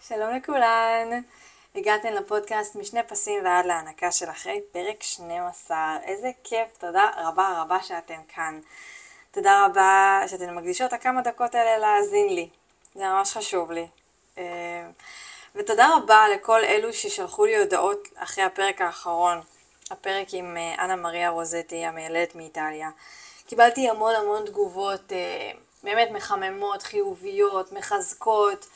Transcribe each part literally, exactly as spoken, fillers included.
שלום לכולן, הגעתן לפודקאסט משני פסים ועד להענקה של אחרי פרק שנים עשר. איזה כיף, תודה רבה רבה שאתן כאן. תודה רבה שאתן מקדישות הכמה דקות האלה להאזין לי, זה ממש חשוב לי. ותודה רבה לכל אלו ששלחו לי הודעות אחרי הפרק האחרון, הפרק עם אנה מריה רוזטי, המיילדת מאיטליה. קיבלתי המון המון תגובות באמת מחממות, חיוביות, מחזקות.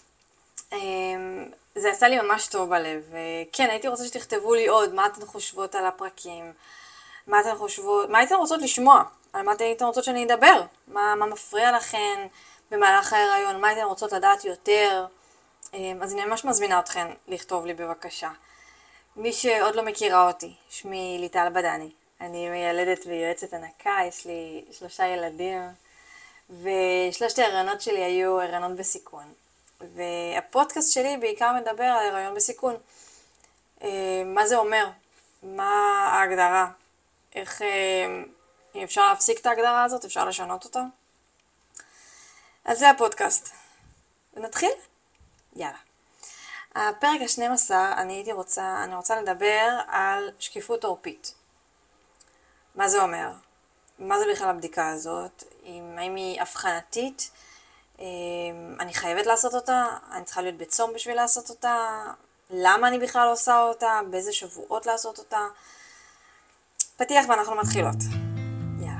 זה עשה לי ממש טוב בלב. כן, הייתי רוצה שתכתבו לי עוד מה אתן חושבות על הפרקים, מה אתן חושבות, מה הייתן רוצות לשמוע, על מה הייתן רוצות שאני אדבר, מה, מה מפריע לכן במהלך ההיריון, מה הייתן רוצות לדעת יותר. אז אני ממש מזמינה אתכן לכתוב לי בבקשה. מי שעוד לא מכירה אותי, שמי ליטל בדני, אני מיילדת ויועצת הנקה, יש לי שלושה ילדים, ושלושת ההיריונות שלי היו הריונות בסיכון. והפודקאסט שלי בעיקר מדבר על הריון בסיכון. מה זה אומר? מה ההגדרה? איך, אם אפשר להפסיק את ההגדרה הזאת, אפשר לשנות אותה? אז זה הפודקאסט. ונתחיל? יאללה. הפרק ה-שנים עשר, אני הייתי רוצה, אני רוצה לדבר על שקיפות עורפית. מה זה אומר? מה זה בכלל הבדיקה הזאת? האם היא הבחנתית? אני חייבת לעשות אותה? אני צריכה להיות בצום בשביל לעשות אותה? למה אני בכלל עושה אותה? באיזה שבועות לעשות אותה? פתיח ואנחנו מתחילות. יאללה.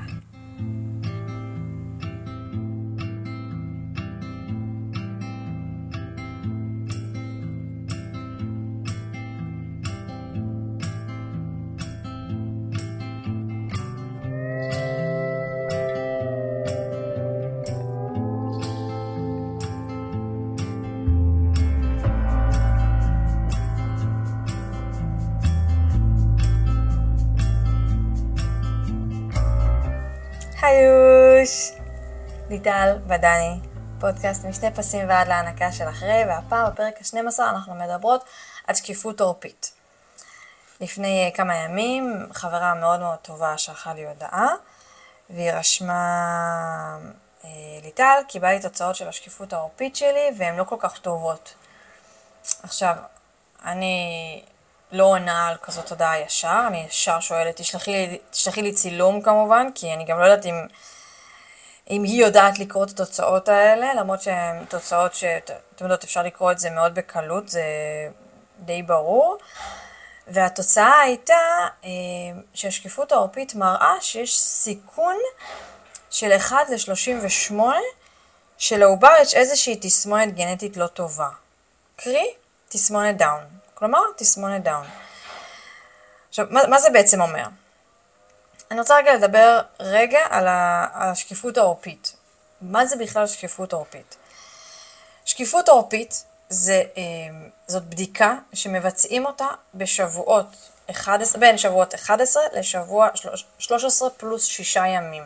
היוש, ליטל בדני, פודקאסט משני פסים ועד להענקה של אחרי, והפעם בפרק ה-שנים עשר אנחנו מדברות על שקיפות עורפית. לפני כמה ימים חברה מאוד מאוד טובה שלחה לי הודעה, והיא רשמה, אה, ליטל, קיבלתי תוצאות של השקיפות העורפית שלי והן לא כל כך טובות. עכשיו, אני לא עונה על כזאת הודעה ישר, אני ישר שואלת, תשלחי לי, תשלחי לי צילום כמובן, כי אני גם לא יודעת אם, אם היא יודעת לקרוא את התוצאות האלה, למרות שהן תוצאות שאתם יודעות, אפשר לקרוא את זה מאוד בקלות, זה די ברור. והתוצאה הייתה שהשקיפות העורפית מראה שיש סיכון של אחת ל-שלושים ושמונה שלעובר יש איזושהי תסמונת גנטית לא טובה. קרי, תסמונת דאון. כלומר, תסמונת דאון. עכשיו, מה, מה זה בעצם אומר? אני רוצה רגע לדבר רגע על, ה, על השקיפות העורפית. מה זה בכלל שקיפות עורפית? שקיפות עורפית זה, זאת בדיקה שמבצעים אותה בשבועות אחד עשר, בין שבועות אחד עשר לשבוע שלוש עשרה פלוס שישה ימים.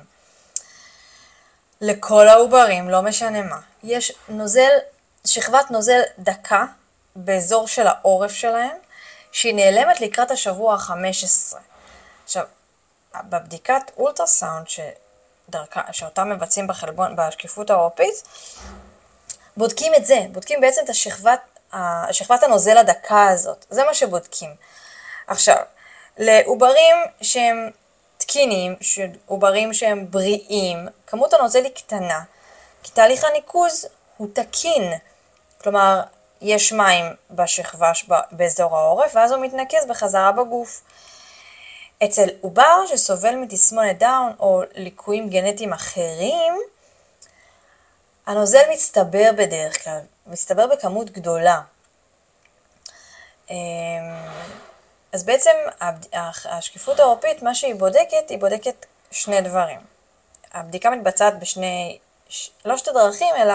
לכל העוברים, לא משנה מה. יש נוזל, שכבת נוזל דקה, באזור של העורף שלהם, שהיא נעלמת לקראת השבוע ה-חמש עשרה. עכשיו, בבדיקת אולטרסאונד שדרכה, שאותה מבצעים בחלבון, בשקיפות העורפית, בודקים את זה, בודקים בעצם את השכבת, השכבת הנוזל הדקה הזאת. זה מה שבודקים. עכשיו, לעוברים שהם תקינים, עוברים שהם בריאים, כמות הנוזל היא קטנה, כי תהליך הניקוז הוא תקין. כלומר, יש מים בשכבה באזור העורף, ואז הוא מתנקז בחזרה בגוף. אצל עובר שסובל מתסמונת דאון או ליקויים גנטיים אחרים, הנוזל מצטבר בדרך כלל, מצטבר בכמות גדולה. אז בעצם השקיפות העורפית, מה שהיא בודקת, היא בודקת שני דברים. הבדיקה מתבצעת בשני, לא שתי דרכים, אלא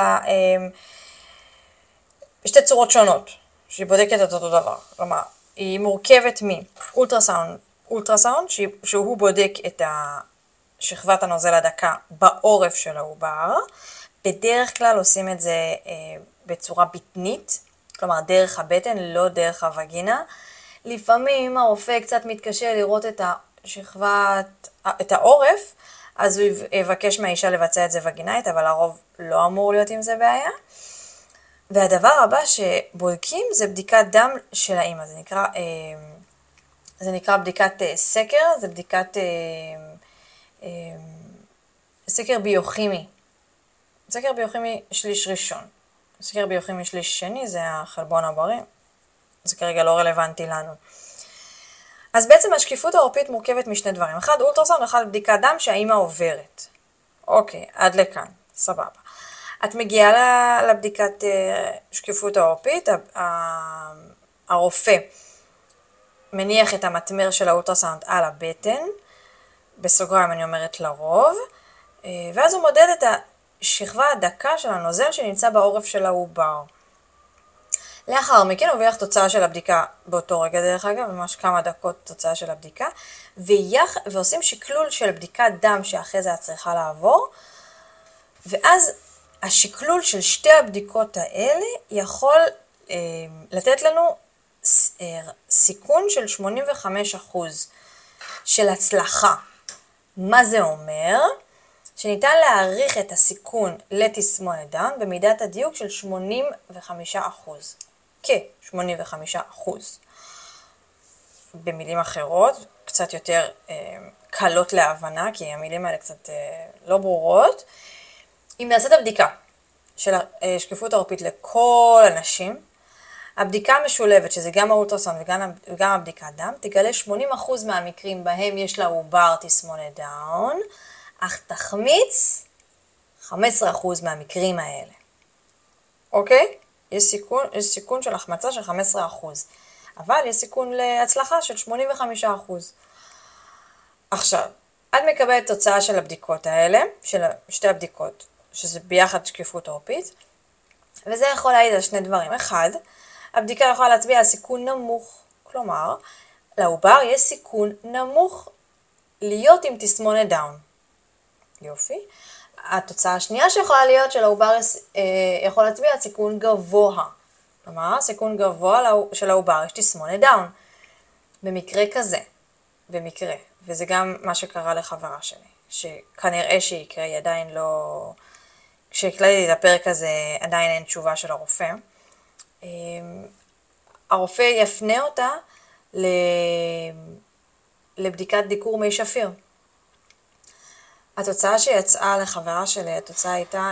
בשתי צורות שונות, שהיא בודקת את אותו דבר. כלומר, היא מורכבת מאולטרסאונד, אולטרסאונד, שהוא בודק את שכבת הנוזל הדקה בעורף של העובר. בדרך כלל עושים את זה אה, בצורה בטנית, כלומר דרך הבטן, לא דרך הווגינה. לפעמים הרופא קצת מתקשה לראות את השכבת, את העורף, אז הוא יבקש מהאישה לבצע את זה וגינאית, אבל הרוב לא אמור להיות עם זה בעיה. והדבר הבא שבודקים זה בדיקת דם של האמא, זה נקרא, זה נקרא בדיקת סקר, זה בדיקת סקר ביוכימי. סקר ביוכימי שליש ראשון. סקר ביוכימי שליש שני זה החלבון הבריא. זה כרגע לא רלוונטי לנו. אז בעצם השקיפות העורפית מורכבת משני דברים. אחד אולטרסאונד, אחד בדיקת דם שהאמא עוברת. אוקיי, עד לכאן, סבבה. את מגיעה לבדיקת שקיפות העורפית, הרופא מניח את המטמר של האולטרסאונד על הבטן, בסוגריים אני אומרת לרוב, ואז הוא מודד את השכבה הדקה של הנוזל שנמצא בעורף של העובר. לאחר מכן הוא הוביח תוצאה של הבדיקה באותו רגע, דרך אגב, ממש כמה דקות תוצאה של הבדיקה, ויח, ועושים שקלול של בדיקת דם שאחרי זה את צריכה לעבור, ואז השקלול של שתי הבדיקות האלה יכול אה, לתת לנו אה, סיכון של שמונים וחמישה אחוז של הצלחה. מה זה אומר? שניתן להעריך את הסיכון לתסמונת דאון במידת הדיוק של שמונים וחמישה אחוז. כ-שמונים וחמישה אחוז. במילים אחרות, קצת יותר אה, קלות להבנה, כי המילים האלה קצת אה, לא ברורות. אם נעשית הבדיקה של השקיפות העורפית לכל אנשים, הבדיקה המשולבת, שזה גם האולטרסאונד וגם, וגם הבדיקת דם, תגלה שמונים אחוז מהמקרים בהם יש לעובר תסמונת דאון, אך תחמיץ חמישה עשר אחוז מהמקרים האלה. אוקיי? יש סיכון, יש סיכון של החמצה של חמישה עשר אחוז, אבל יש סיכון להצלחה של שמונים וחמישה אחוז. עכשיו, את מקבלת תוצאה של הבדיקות האלה, של שתי הבדיקות, שזה ביחד שקיפות עורפית, וזה יכול להעיד על שני דברים. אחד, הבדיקה יכולה להצביע על סיכון נמוך, כלומר, לעובר יש סיכון נמוך להיות עם תסמונת דאון. יופי. התוצאה השנייה שיכולה להיות של העובר יכול להצביע על סיכון גבוה. כלומר, סיכון גבוה של העובר יש תסמונת דאון. במקרה כזה, במקרה, וזה גם מה שקרה לחברה שלי, שכנראה שיקרה, היא עדיין לא, כשהקלטתי את הפרק הזה עדיין אין תשובה של הרופא. הרופא יפנה אותה לבדיקת דיקור מי שפיר. התוצאה שיצאה לחברה שלי, התוצאה הייתה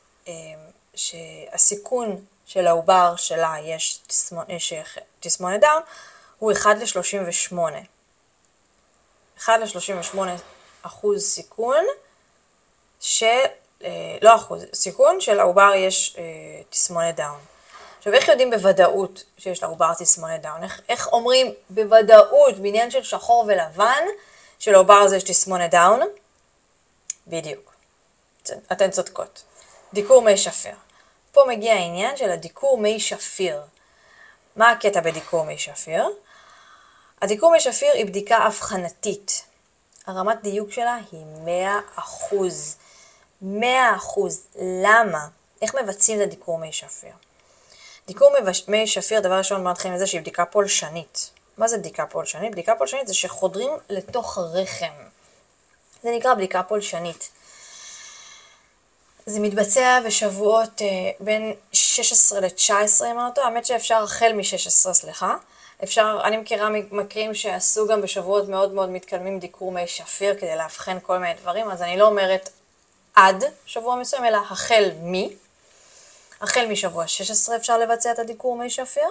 שהסיכון של העובר שלה יש תסמונת דאון, הוא אחד לשלושים ושמונה. אחד לשלושים ושמונה אחוז סיכון, של, לא אחוז, סיכון של העובר יש תסמונת דאון. עכשיו, איך יודעים בוודאות שיש לעובר תסמונת דאון? איך, איך אומרים בוודאות, בעניין של שחור ולבן, שלעובר הזה יש תסמונת דאון? בדיוק. אתן צודקות. דיקור מי שפיר. פה מגיע העניין של הדיקור מי שפיר. מה הקטע בדיקור מי שפיר? הדיקור מי שפיר היא בדיקה אבחנתית. הרמת דיוק שלה היא מאה אחוז. מאה אחוז. למה? איך מבצעים את הדיקור מי שפיר? דיקור מי שפיר, דבר ראשון מתחילים לזה שהיא בדיקה פולשנית. מה זה בדיקה פולשנית? בדיקה פולשנית זה שחודרים לתוך הרחם. זה נקרא בדיקה פולשנית. זה מתבצע בשבועות אה, בין שש עשרה ל-תשע עשרה, אם אני לא טועה, האמת שאפשר החל מ-שש עשרה, סליחה. אפשר, אני מכירה מקרים שעשו גם בשבועות מאוד מאוד מתקדמים דיקור מי שפיר כדי להבחן כל מיני דברים, אז אני לא אומרת עד שבוע מסוים, אלא החל מי. החל משבוע שש עשרה אפשר לבצע את הדיקור מי שפיר,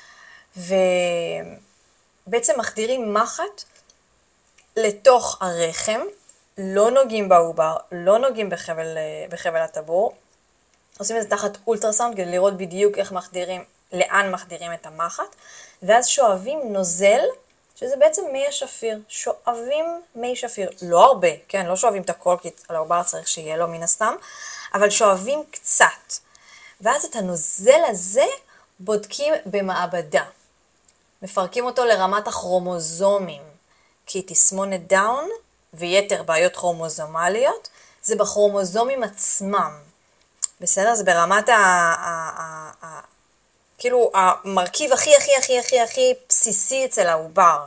ובעצם מחדירים מחט לתוך הרחם, לא נוגעים בעובר, לא נוגעים בחבל, בחבל הטבור, עושים את זה תחת אולטרסאונד כדי לראות בדיוק איך מחדירים, לאן מחדירים את המחט, ואז שואבים נוזל, שזה בעצם מי השפיר, שואבים מי שפיר, לא הרבה, כן, לא שואבים את הכל, כי על העובר צריך שיהיה לו מן הסתם, אבל שואבים קצת, ואז את הנוזל הזה בודקים במעבדה, מפרקים אותו לרמת הכרומוזומים, כי תסמונת דאון ויתר בעיות כרומוזומליות, זה בכרומוזומים עצמם. בסדר? זה ברמת ה... ה, ה, ה כאילו המרכיב הכי הכי הכי הכי הכי בסיסי אצל העובר.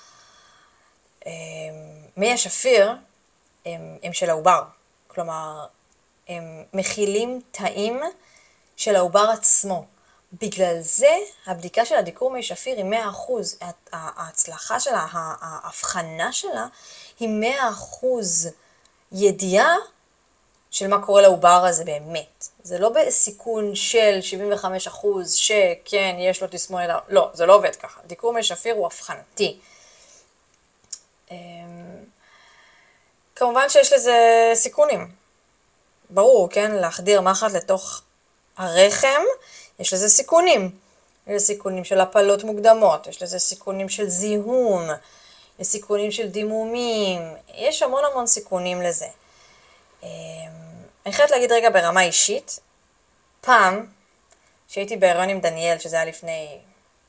מי השפיר הם, הם של העובר. כלומר, הם מכילים תאים של העובר עצמו. בגלל זה הבדיקה של הדיקור מי שפיר היא מאה אחוז, ההצלחה שלה, ההבחנה שלה היא מאה אחוז ידיעה של מה קורה לעובר הזה באמת. זה לא בסיכון של שבעים וחמישה אחוז שכן יש לו תסמונת, לא, זה לא עובד ככה. דיקור מי שפיר הוא הבחנתי. כמובן שיש לזה סיכונים. ברור, כן? להחדיר מחט לתוך הרחם, יש לזה סיכונים. יש לזה סיכונים של הפלות מוקדמות, יש לזה סיכונים של זיהום, יש סיכונים של דימומים, יש המון המון סיכונים לזה. אני חייבת להגיד רגע ברמה אישית, פעם שהייתי בהיריון עם דניאל, שזה היה לפני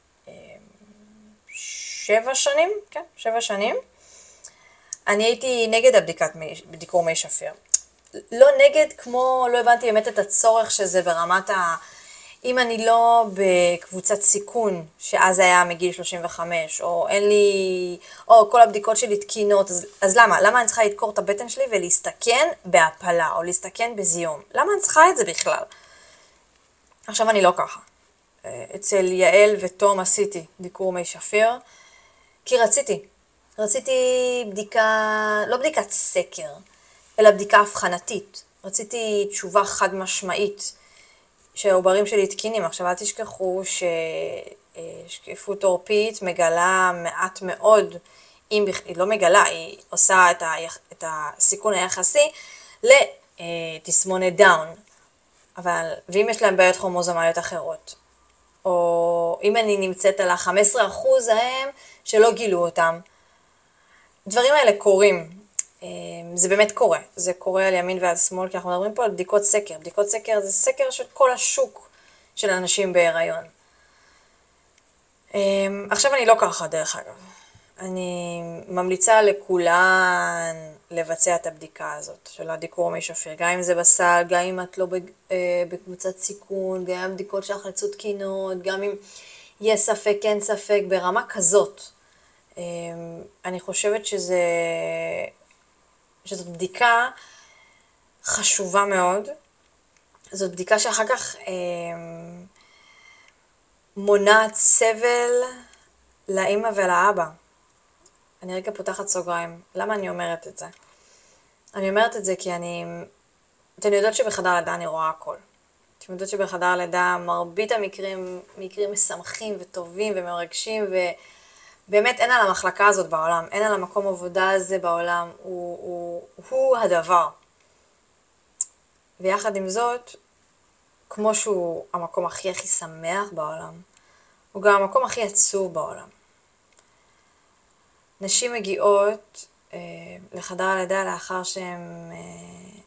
שבע שנים, כן, שבע שנים, אני הייתי נגד הבדיקת דיקור מי שפיר. לא נגד, כמו, לא הבנתי באמת את הצורך שזה ברמת ה... אם אני לא בקבוצת סיכון, שאז היה מגיל שלושים וחמש, או אין לי, או כל הבדיקות שלי תקינות, אז, אז למה? למה אני צריכה לדקור את הבטן שלי ולהסתכן בהפלה, או להסתכן בזיום? למה אני צריכה את זה בכלל? עכשיו אני לא ככה. אצל יעל ותום עשיתי דיקור מי שפיר, כי רציתי. רציתי בדיקה, לא בדיקת סקר, אלא בדיקה הבחנתית. רציתי תשובה חד משמעית שהעוברים שלי תקינים. עכשיו אל תשכחו ששקיפות עורפית מגלה מעט מאוד, אם היא לא מגלה, היא עושה את, ה, את הסיכון היחסי לתסמונת דאון. אבל, ואם יש להם בעיות כרומוזומליות אחרות, או אם אני נמצאת על ה-חמישה עשר אחוז ההם שלא גילו אותם, דברים האלה קורים. זה באמת קורה, זה קורה על ימין ועל שמאל, כי אנחנו מדברים פה על בדיקות סקר. בדיקות סקר זה סקר של כל השוק של אנשים בהיריון. עכשיו אני לא ככה דרך אגב. אני ממליצה לכולן לבצע את הבדיקה הזאת של הדיקור מי שפיר, גם אם זה בסל, גם אם את לא בקבוצת סיכון, גם אם בדיקות שלך יצאו תקינות, גם אם יש ספק, אין ספק, ברמה כזאת. אני חושבת שזה... שזאת בדיקה חשובה מאוד, זאת בדיקה שאחר כך אה, מונעת סבל לאמא ולאבא. אני רגע פותחת סוגריים. למה אני אומרת את זה? אני אומרת את זה כי אני... אתן יודעות שבחדר לידה אני רואה הכל. אתן יודעות שבחדר לידה מרבית המקרים, מקרים משמחים וטובים ומרגשים ו... באמת אין על המחלקה הזאת בעולם, אין על המקום עבודה הזה בעולם, הוא, הוא, הוא הדבר. ויחד עם זאת, כמו שהוא המקום הכי הכי שמח בעולם, הוא גם המקום הכי עצוב בעולם. נשים מגיעות אה, לחדר הלידה לאחר שהן אה,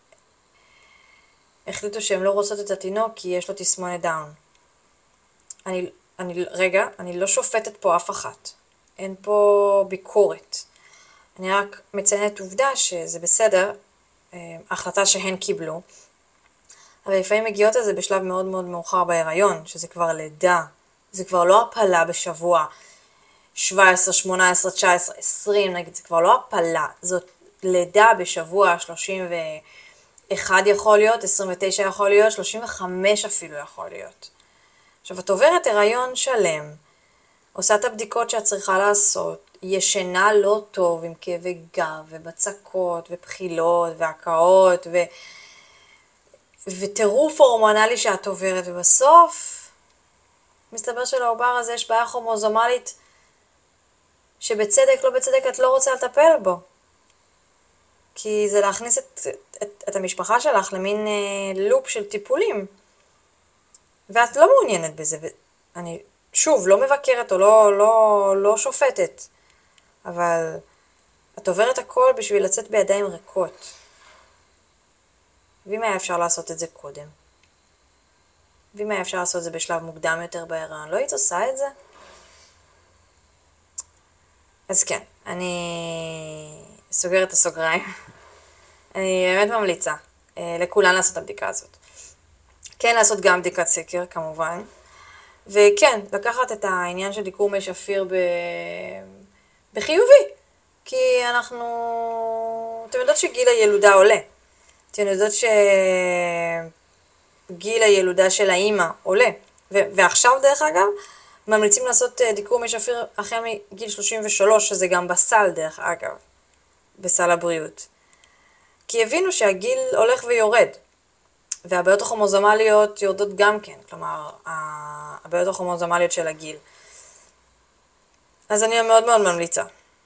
החליטו שהן לא רוצות את התינוק כי יש לו תסמונת דאון. אני... אני, רגע, אני לא שופטת פה אף אחת. אין פה ביקורת. אני רק מציינת עובדה שזה בסדר, החלטה שהן קיבלו, אבל לפעמים מגיעות לזה בשלב מאוד מאוד מאוחר בהיריון, שזה כבר לידה. זה כבר לא הפלה בשבוע שבע עשרה, שמונה עשרה, תשע עשרה, עשרים, נגיד, זה כבר לא הפלה. זאת לידה בשבוע שלושים ואחת יכול להיות, עשרים ותשע יכול להיות, שלושים וחמש אפילו יכול להיות. עכשיו, את עוברת הריון שלם, עושה את הבדיקות שאת צריכה לעשות, ישנה לא טוב עם כאבי גב ובצקות ובחילות והקאות ו... וטירוף הורמונלי שאת עוברת, ובסוף מסתבר שלעובר הזה יש בעיה כרומוזומלית שבצדק, לא בצדק, את לא רוצה לטפל בו. כי זה להכניס את, את, את המשפחה שלך למין אה, לופ של טיפולים. ואת לא מעוניינת בזה, ואני שוב לא מבקרת או לא, לא, לא שופטת, אבל את עוברת הכל בשביל לצאת בידיים ריקות. ואם היה אפשר לעשות את זה קודם? ואם היה אפשר לעשות את זה בשלב מוקדם יותר בהיריון, לא היית עושה את זה? אז כן, אני סוגרת את הסוגריים. אני באמת ממליצה לכולן לעשות את הבדיקה הזאת. כן, לעשות גם בדיקת סקר, כמובן. וכן, לקחת את העניין של דיקור מי שפיר ב... בחיובי. כי אנחנו... אתם יודעות שגיל הילודה עולה. אתם יודעות ש... גיל הילודה של האימא עולה. ו- ועכשיו דרך אגב, ממליצים לעשות דיקור מי שפיר החל מגיל שלושים ושלוש, שזה גם בסל דרך אגב, בסל הבריאות. כי הבינו שהגיל הולך ויורד, והבעיות הכרומוזומליות יורדות גם כן, כלומר, הבעיות הכרומוזומליות של הגיל. אז אני מאוד מאוד ממליצה.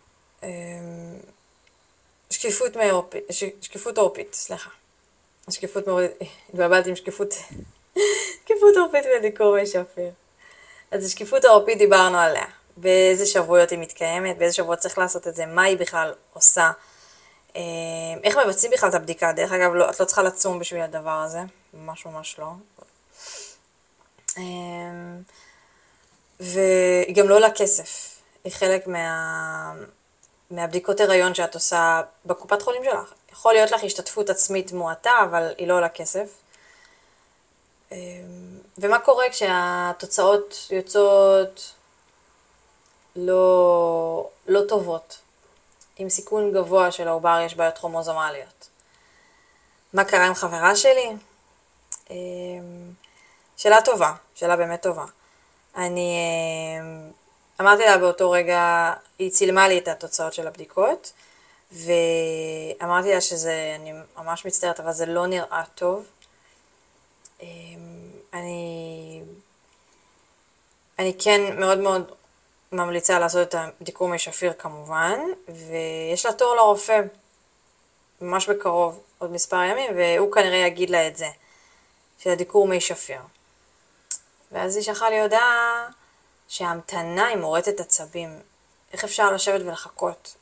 שקיפות מאירופית, שקיפות עורפית, סליחה. שקיפות מאירופית, התבלבלתי עם שקיפות, שקיפות עורפית ודיקור מי שפיר. אז השקיפות העורפית דיברנו עליה. באיזה שבועות היא מתקיימת, באיזה שבועות צריך לעשות את זה, מה היא בכלל עושה. איך מבצעים בכלל את הבדיקה? דרך אגב, לא, את לא צריכה לצום בשביל הדבר הזה. ממש ממש לא. והיא גם לא עולה כסף. היא חלק מה... מהבדיקות הריון שאת עושה בקופת חולים שלך. יכול להיות לך השתתפות עצמית מועטה, אבל היא לא עולה כסף. ומה קורה כשהתוצאות יוצאות לא, לא טובות, עם סיכון גבוה של העובר יש בעיות כרומוזומליות? מה קרה עם חברה שלי? שאלה טובה, שאלה באמת טובה. אני אמרתי לה באותו רגע, היא צילמה לי את התוצאות של הבדיקות, ואמרתי לה שזה, אני ממש מצטערת, אבל זה לא נראה טוב. אני, אני כן מאוד מאוד ממליצה לעשות את הדיקור מי שפיר כמובן, ויש לה תור לרופא ממש בקרוב, עוד מספר ימים, והוא כנראה יגיד לה את זה, של הדיקור מי שפיר. ואז היא שלחה לי הודעה שההמתנה היא מורטת עצבים. איך אפשר לשבת ולחכות?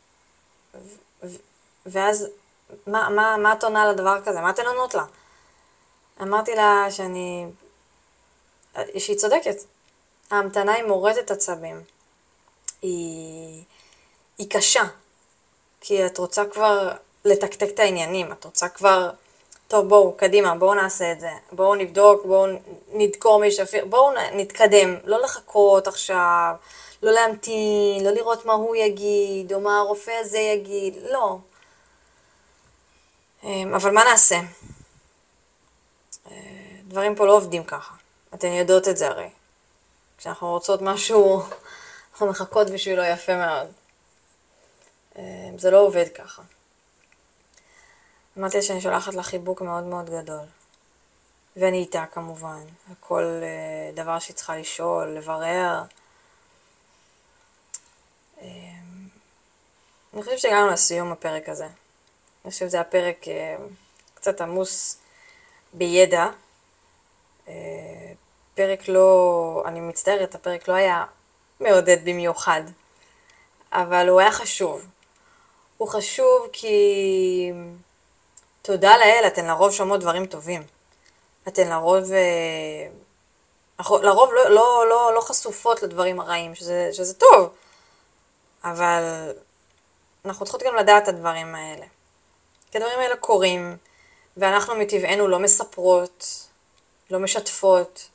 ואז, מה, מה, מה את עונה לדבר כזה? מה אתן עונות לה? אמרתי לה שאני, שהיא צודקת. ההמתנה היא מורטת עצבים. היא, היא קשה. כי את רוצה כבר לתקתק את העניינים. את רוצה כבר, טוב בואו, קדימה, בואו נעשה את זה. בואו נבדוק, בואו נדקור מי שפיר, בואו נתקדם. לא לחכות עכשיו, לא להמתין, לא לראות מה הוא יגיד, או מה הרופא הזה יגיד, לא. אבל מה נעשה? דברים פה לא עובדים ככה. אתן יודעות את זה הרי. כשאנחנו רוצות משהו, אנחנו מחכות בשבילו יפה מאוד. זה לא עובד ככה. אמרתי שאני שולחת לה חיבוק מאוד מאוד גדול. ואני איתה כמובן. על כל דבר שהיא צריכה לשאול, לברר. אני חושבת שהגענו לסיום הפרק הזה. אני חושבת שזה הפרק קצת עמוס בידע. פרק לא, אני מצטערת, הפרק לא היה מעודד במיוחד, אבל הוא היה חשוב. הוא חשוב כי תודה לאל, אתן לרוב שומעות דברים טובים. אתן לרוב, לרוב לא, לא, לא, לא חשופות לדברים הרעים, שזה, שזה טוב. אבל אנחנו צריכות גם לדעת את הדברים האלה. כי הדברים האלה קורים, ואנחנו מטבענו לא מספרות, לא משתפות,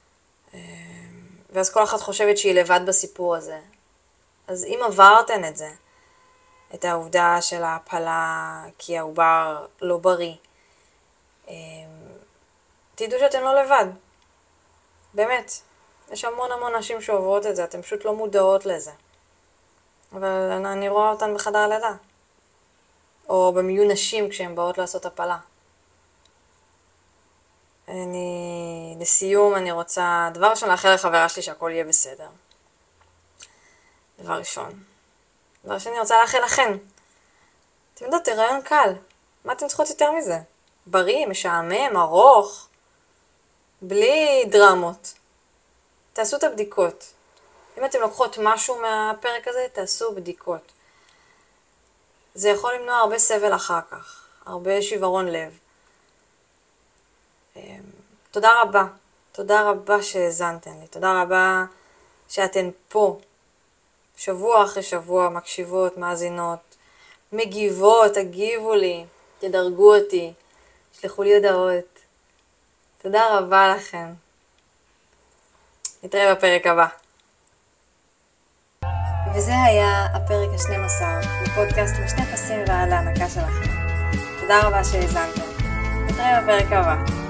ואז כל אחת חושבת שהיא לבד בסיפור הזה. אז אם עברתן את זה, את העובדה של ההפלה כי העובר לא בריא, תדעו שאתן לא לבד. באמת, יש המון המון נשים שעוברות את זה, אתן פשוט לא מודעות לזה. אבל אני רואה אותן בחדר לידה. או במיון נשים כשהן באות לעשות הפלה. אני, לסיום אני רוצה, דבר ראשון לאחל לחברה שלי שהכל יהיה בסדר. דבר ראשון. דבר שני, אני רוצה לאחל לכן. אתם יודעות, רעיון קל. מה אתם צריכות יותר מזה? בריא, משעמם, ארוך, בלי דרמות. תעשו את הבדיקות. אם אתם לוקחות משהו מהפרק הזה, תעשו בדיקות. זה יכול למנוע הרבה סבל אחר כך, הרבה שברון לב. תודה רבה, תודה רבה שהזנתן לי, תודה רבה שאתן פה, שבוע אחרי שבוע, מקשיבות, מאזינות, מגיבות, תגיבו לי, תדרגו אותי, שלחו לי הודעות. תודה רבה לכם. נתראה בפרק הבא. וזה היה הפרק ה-שנים עשר בפודקאסט משני פסים ועד להנקה שלכם. תודה רבה שהזנתם. נתראה בפרק הבא.